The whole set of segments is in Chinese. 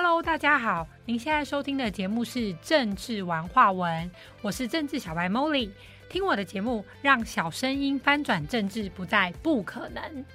Hello， 大家好，您现在收听的节目是政治玩话文，我是政治小白 Molly， 听我的节目，让小声音翻转政治不再不可能。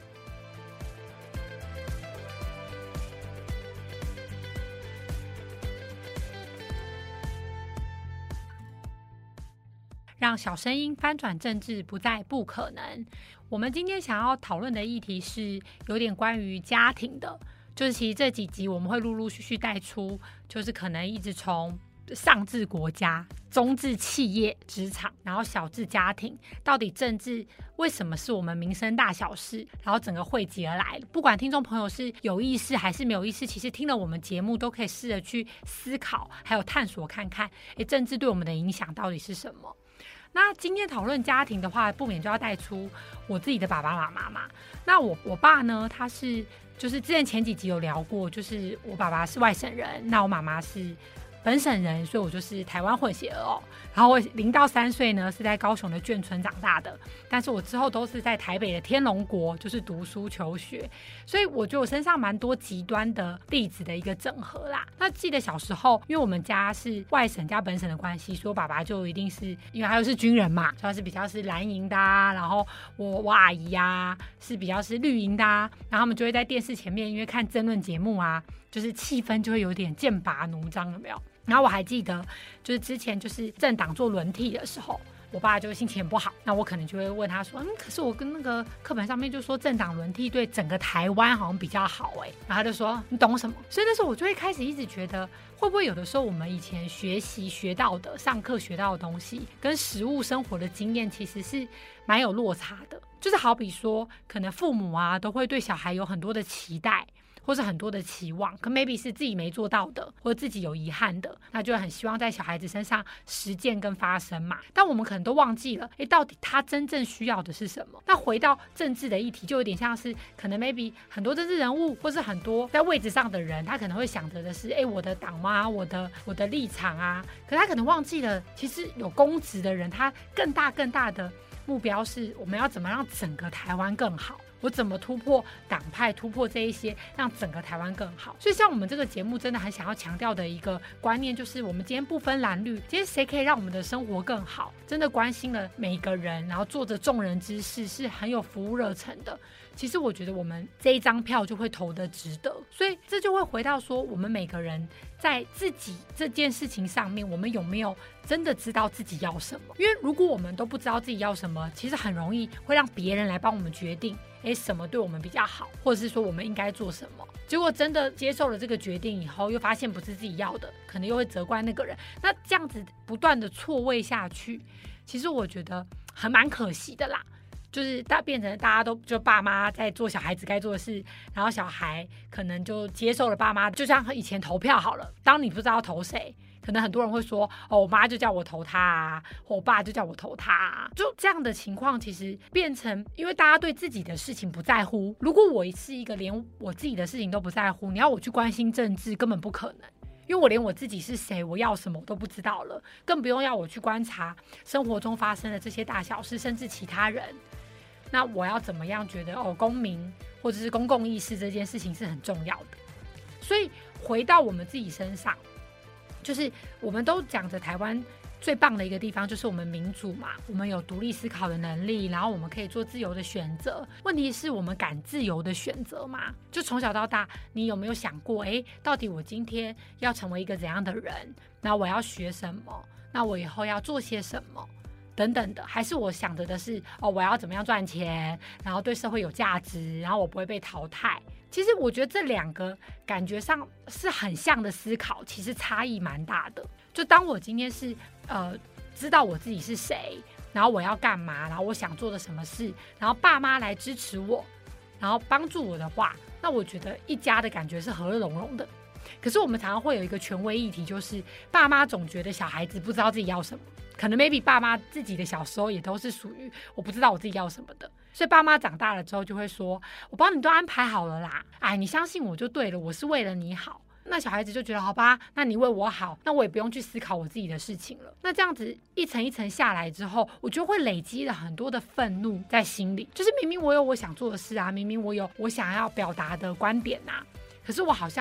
让小声音翻转政治不再不可能。我们今天想要讨论的议题是有点关于家庭的，就是其实这几集我们会陆陆续续带出，就是可能一直从上至国家、中至企业、职场，然后小至家庭，到底政治为什么是我们民生大小事，然后整个汇集而来。不管听众朋友是有意识还是没有意识，其实听了我们节目都可以试着去思考，还有探索看看，政治对我们的影响到底是什么。那今天讨论家庭的话，不免就要带出我自己的爸爸妈妈嘛。那我爸呢，他是就是之前几集有聊过，就是我爸爸是外省人，那我妈妈是本省人，所以我就是台湾混血儿哦。然后我0到3岁呢是在高雄的眷村长大的，但是我之后都是在台北的天龙国就是读书求学，所以我觉得我身上蛮多极端的例子的一个整合啦。那记得小时候，因为我们家是外省加本省的关系，所以我爸爸就一定是因为他又是军人嘛，所以他是比较是蓝营的啊，然后我阿姨啊是比较是绿营的啊，然后他们就会在电视前面因为看争论节目啊，就是气氛就会有点剑拔弩张，有没有？然后我还记得，就是之前就是政党做轮替的时候，我爸就心情很不好，那我可能就会问他说，可是我跟那个课本上面就说政党轮替对整个台湾好像比较好然后他就说你懂什么？所以那时候我就会开始一直觉得，会不会有的时候我们以前学到的、上课学到的东西，跟实务生活的经验其实是蛮有落差的。就是好比说，可能父母啊都会对小孩有很多的期待，或是很多的期望，可 maybe 是自己没做到的，或者自己有遗憾的，那就很希望在小孩子身上实践跟发生嘛。但我们可能都忘记了，到底他真正需要的是什么？那回到政治的议题，就有点像是可能 maybe 很多政治人物，或是很多在位置上的人，他可能会想着的是，我的党吗？我的立场啊，可他可能忘记了，其实有公职的人，他更大的目标是我们要怎么让整个台湾更好。我怎么突破党派，突破这一些，让整个台湾更好。所以像我们这个节目真的很想要强调的一个观念，就是我们今天不分蓝绿，今天谁可以让我们的生活更好，真的关心了每一个人，然后做着众人之事，是很有服务热忱的。其实我觉得我们这一张票就会投得值得。所以这就会回到说，我们每个人在自己这件事情上面，我们有没有真的知道自己要什么？因为如果我们都不知道自己要什么，其实很容易会让别人来帮我们决定什么对我们比较好，或者是说我们应该做什么。结果真的接受了这个决定以后，又发现不是自己要的，可能又会责怪那个人。那这样子不断的错位下去，其实我觉得还蛮可惜的啦。就是变成大家都就爸妈在做小孩子该做的事，然后小孩可能就接受了爸妈。就像以前投票好了，当你不知道投谁，可能很多人会说我妈就叫我投他啊，或我爸就叫我投他啊。就这样的情况其实变成，因为大家对自己的事情不在乎。如果我是一个连我自己的事情都不在乎，你要我去关心政治根本不可能，因为我连我自己是谁，我要什么我都不知道了，更不用要我去观察生活中发生的这些大小事，甚至其他人。那我要怎么样觉得公民或者是公共意识这件事情是很重要的？所以回到我们自己身上，就是我们都讲着台湾最棒的一个地方就是我们民主嘛，我们有独立思考的能力，然后我们可以做自由的选择。问题是我们敢自由的选择吗？就从小到大，你有没有想过到底我今天要成为一个怎样的人？那我要学什么？那我以后要做些什么？等等的，还是我想着的是我要怎么样赚钱，然后对社会有价值，然后我不会被淘汰。其实我觉得这两个感觉上是很像的思考，其实差异蛮大的。就当我今天是知道我自己是谁，然后我要干嘛，然后我想做的什么事，然后爸妈来支持我，然后帮助我的话，那我觉得一家的感觉是和乐融融的。可是我们常常会有一个权威议题，就是爸妈总觉得小孩子不知道自己要什么，可能 maybe 爸妈自己的小时候也都是属于我不知道我自己要什么的，所以爸妈长大了之后就会说，我帮你都安排好了啦，你相信我就对了，我是为了你好。那小孩子就觉得好吧，那你为我好，那我也不用去思考我自己的事情了。那这样子一层一层下来之后，我就会累积了很多的愤怒在心里，就是明明我有我想做的事啊，明明我有我想要表达的观点啊，可是我好像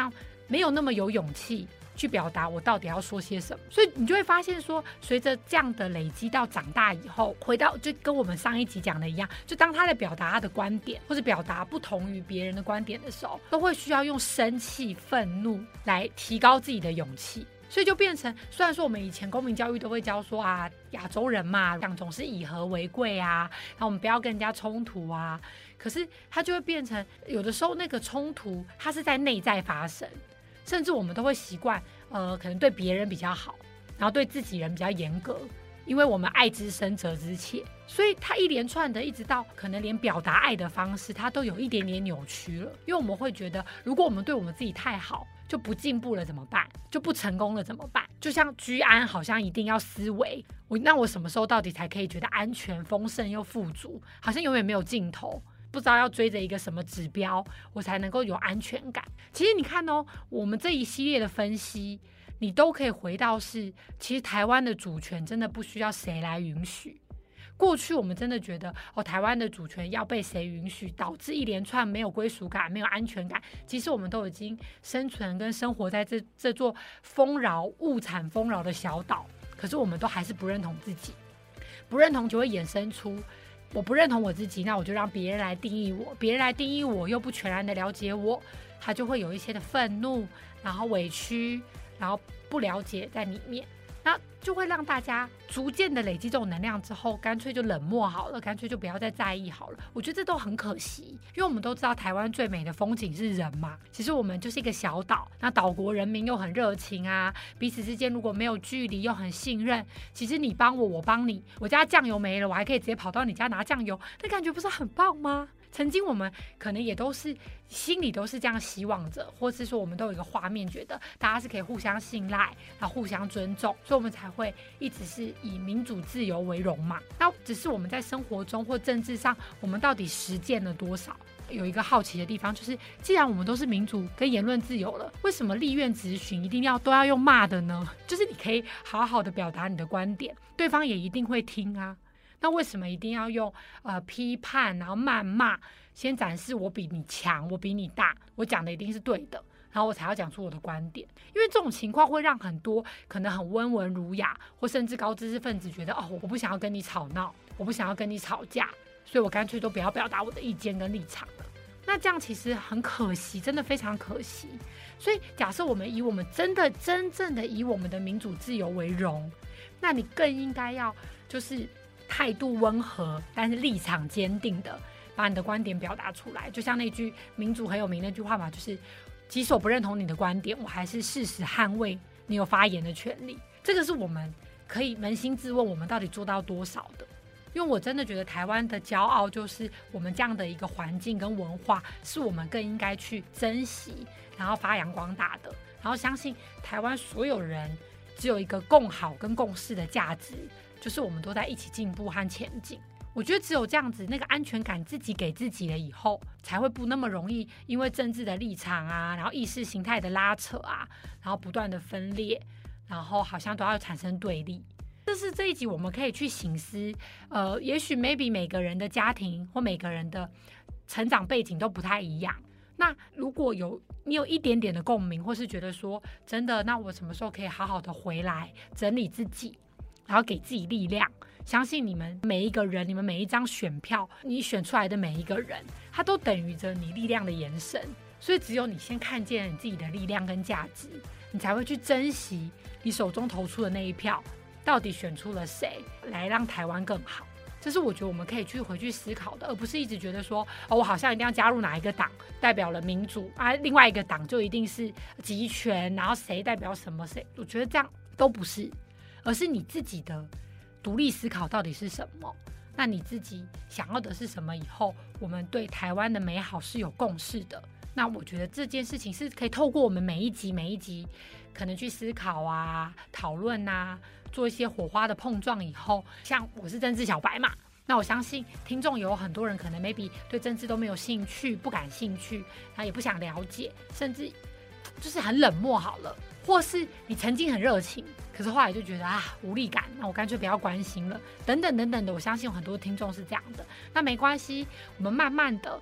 没有那么有勇气去表达我到底要说些什么。所以你就会发现说，随着这样的累积到长大以后，回到就跟我们上一集讲的一样，就当他在表达他的观点或者表达不同于别人的观点的时候，都会需要用生气愤怒来提高自己的勇气。所以就变成，虽然说我们以前公民教育都会教说啊，亚洲人嘛，总是以和为贵啊，然后我们不要跟人家冲突啊，可是它就会变成有的时候那个冲突它是在内在发生，甚至我们都会习惯可能对别人比较好，然后对自己人比较严格，因为我们爱之深责之切，所以它一连串的一直到可能连表达爱的方式它都有一点点扭曲了。因为我们会觉得，如果我们对我们自己太好，就不进步了怎么办？就不成功了怎么办？就像居安好像一定要思维，那我什么时候到底才可以觉得安全、丰盛又富足？好像永远没有尽头，不知道要追着一个什么指标我才能够有安全感。其实你看哦，我们这一系列的分析你都可以回到是，其实台湾的主权真的不需要谁来允许。过去我们真的觉得台湾的主权要被谁允许，导致一连串没有归属感、没有安全感。其实我们都已经生存跟生活在这座物产丰饶的小岛，可是我们都还是不认同自己，不认同就会衍生出我不认同我自己，那我就让别人来定义我，别人来定义我又不全然的了解我，他就会有一些的愤怒，然后委屈，然后不了解在里面。那就会让大家逐渐的累积这种能量之后，干脆就冷漠好了，干脆就不要再在意好了。我觉得这都很可惜，因为我们都知道台湾最美的风景是人嘛。其实我们就是一个小岛，那岛国人民又很热情啊，彼此之间如果没有距离又很信任，其实你帮我，我帮你，我家酱油没了，我还可以直接跑到你家拿酱油，那感觉不是很棒吗？曾经我们可能也都是心里都是这样希望着，或是说我们都有一个画面，觉得大家是可以互相信赖，然后互相尊重，所以我们才会一直是以民主自由为荣嘛。那只是我们在生活中或政治上，我们到底实践了多少？有一个好奇的地方，就是既然我们都是民主跟言论自由了，为什么立院质询一定都要用骂的呢？就是你可以好好的表达你的观点，对方也一定会听啊。那为什么一定要用批判，然后谩骂，先展示我比你强，我比你大，我讲的一定是对的，然后我才要讲出我的观点？因为这种情况会让很多可能很温文儒雅，或甚至高知识分子觉得我不想要跟你吵闹，我不想要跟你吵架，所以我干脆都不要表达我的意见跟立场了。那这样其实很可惜，真的非常可惜。所以假设我们真正的以我们的民主自由为荣，那你更应该要就是态度温和，但是立场坚定的把你的观点表达出来。就像那句民主很有名那句话嘛，就是即使我不认同你的观点，我还是誓死捍卫你有发言的权利。这个是我们可以扪心自问，我们到底做到多少的？因为我真的觉得台湾的骄傲就是我们这样的一个环境跟文化，是我们更应该去珍惜，然后发扬光大的。然后相信台湾所有人只有一个共好跟共事的价值，就是我们都在一起进步和前进。我觉得只有这样子，那个安全感自己给自己了以后，才会不那么容易因为政治的立场啊，然后意识形态的拉扯啊，然后不断的分裂，然后好像都要产生对立。这是这一集我们可以去省思，也许 maybe 每个人的家庭或每个人的成长背景都不太一样。那如果你有一点点的共鸣，或是觉得说真的，那我什么时候可以好好的回来整理自己，然后给自己力量？相信你们每一个人，你们每一张选票，你选出来的每一个人，他都等于着你力量的延伸。所以只有你先看见你自己的力量跟价值，你才会去珍惜你手中投出的那一票，到底选出了谁来让台湾更好。这是我觉得我们可以回去思考的，而不是一直觉得说我好像一定要加入哪一个党代表了民主啊，另外一个党就一定是集权，然后谁代表什么谁，我觉得这样都不是，而是你自己的独立思考到底是什么。那你自己想要的是什么？以后我们对台湾的美好是有共识的。那我觉得这件事情是可以透过我们每一集可能去思考啊、讨论啊，做一些火花的碰撞以后，像我是政治小白嘛，那我相信听众有很多人可能 maybe 对政治都没有兴趣，不感兴趣，然后也不想了解，甚至就是很冷漠好了，或是你曾经很热情，可是后来就觉得无力感，那我干脆不要关心了，等等等等的。我相信有很多听众是这样的，那没关系，我们慢慢的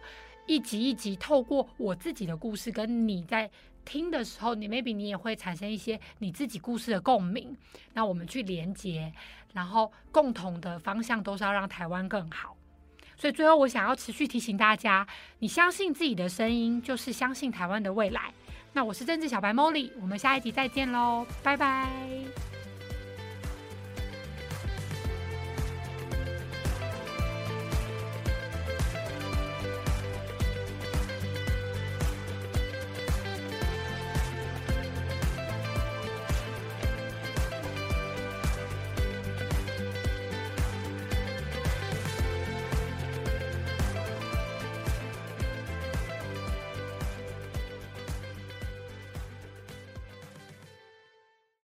一集一集透过我自己的故事跟你在听的时候，你 maybe 你也会产生一些你自己故事的共鸣，那我们去连接，然后共同的方向都是要让台湾更好。所以最后我想要持续提醒大家，你相信自己的声音，就是相信台湾的未来。那我是政治小白 Molly， 我们下一集再见喽，拜拜。